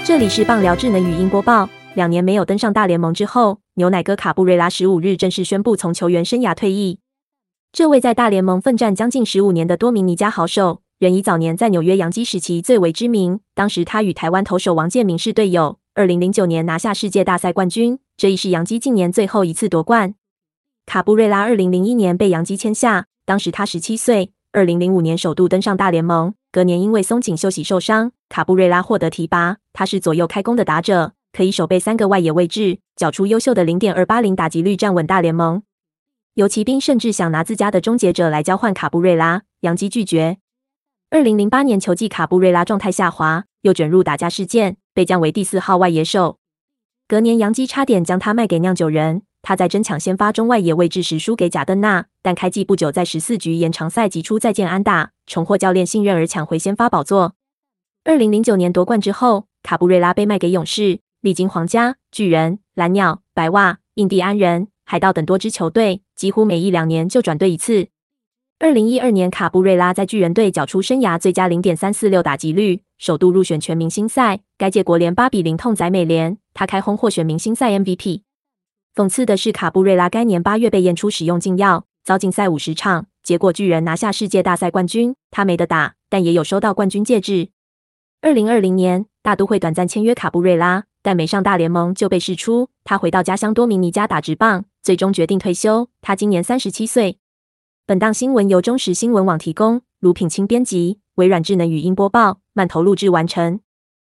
这里是棒聊智能语音播报。2年没有登上大联盟之后，牛奶哥卡布瑞拉15日正式宣布从球员生涯退役。这位在大联盟奋战将近15年的多明尼加好手，仍以早年在纽约洋基时期最为知名。当时他与台湾投手王建民是队友，2009年拿下世界大赛冠军，这亦是洋基近年最后一次夺冠。卡布瑞拉2001年被洋基签下，当时他17岁。2005年首度登上大联盟，隔年因为松井秀喜受伤，卡布瑞拉获得提拔。他是左右开弓的打者，可以守备3个外野位置，缴出优秀的 0.280 打击率，站稳大联盟。游骑兵甚至想拿自家的终结者来交换卡布瑞拉，洋基拒绝。2008年球季卡布瑞拉状态下滑，又卷入打架事件，被降为第4号外野手。隔年洋基差点将他卖给酿酒人。他在争抢先发中外野位置时输给贾登纳，但开季不久在14局延长赛击出再见安打，重获教练信任而抢回先发宝座。2009年夺冠之后，卡布瑞拉被卖给勇士，历经皇家、巨人、蓝鸟、白袜、印第安人、海盗等多支球队，几乎每1-2年就转队一次。2012年，卡布瑞拉在巨人队缴出生涯最佳 0.346 打击率，首度入选全明星赛。该届国联8-0痛宰美联，他开轰获选明星赛 MVP。讽刺的是，卡布瑞拉该年8月被验出使用禁药，遭禁赛50场，结果巨人拿下世界大赛冠军，他没得打，但也有收到冠军戒指。2020年，大都会短暂签约卡布瑞拉，但没上大联盟就被释出，他回到家乡多明尼加打职棒，最终决定退休。他今年37岁。本档新闻由中时新闻网提供，卢品清编辑，微软智能语音播报，慢投录制完成。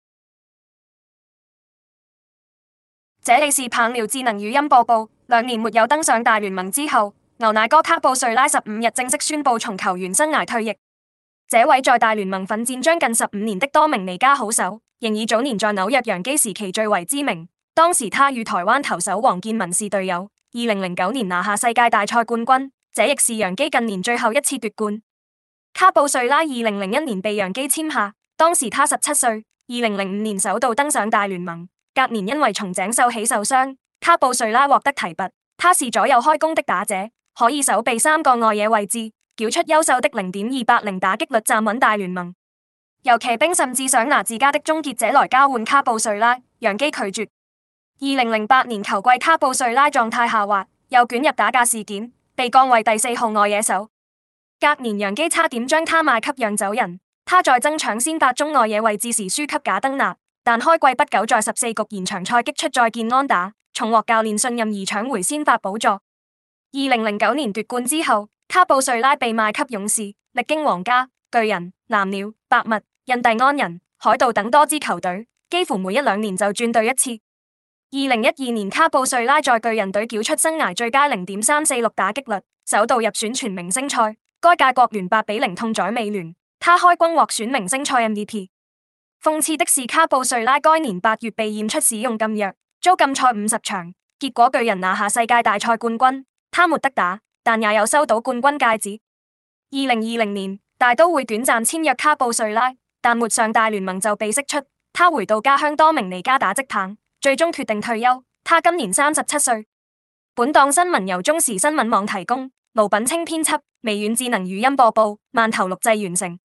這裏是棒聊智能語音播報。2年沒有登上大聯盟之後，牛奶哥卡布瑞拉15日正式宣布從球員生涯退役。這位在大聯盟奮戰將近15年的多明尼加好手，仍以早年在紐約洋基時期最為知名。當時他與台灣投手王建民是隊友，2009年拿下世界大賽冠軍，這亦是洋基近年最後一次奪冠。卡布瑞拉2001年被洋基簽下，當時他17歲。2005年首度登上大聯盟。隔年因為松井秀喜受傷，卡布瑞拉獲得提拔。他是左右開弓的打者，可以守備3個外野位置，繳出優秀的 0.280 打擊率，站穩大聯盟。遊騎兵甚至想拿自家的終結者來交換卡布瑞拉，洋基拒絕。2008年球季，卡布瑞拉狀態下滑，又捲入打架事件，被降為第4號外野手。隔年洋基差點將他賣給釀酒人，他在爭搶先發中外野位置時輸給賈登納。但開季不久，在14局延長賽擊出再見安打，重獲教練信任而搶回先發寶座。2009年奪冠之後，卡布瑞拉被賣給勇士，歷經皇家、巨人、藍鳥、白襪、印第安人、海盜等多支球隊，幾乎每1-2年就轉隊一次。2012年，卡布瑞拉在巨人隊繳出生涯最佳 0.346 打擊率，首度入選全明星賽。該屆國聯8-0痛宰美聯，他開轟獲選明星賽 MVP。諷刺的是，卡布瑞拉該年8月被驗出使用禁藥，遭禁賽50場，結果巨人拿下世界大賽冠軍。他沒得打，但也有收到冠軍戒指。2020年，大都會短暫簽約卡布瑞拉，但沒上大聯盟就被釋出。他回到家鄉多明尼加打職棒，最終決定退休。他今年37歲。本檔新聞由中時新聞網提供，盧品清編輯，微軟智能語音播報，慢投錄製完成。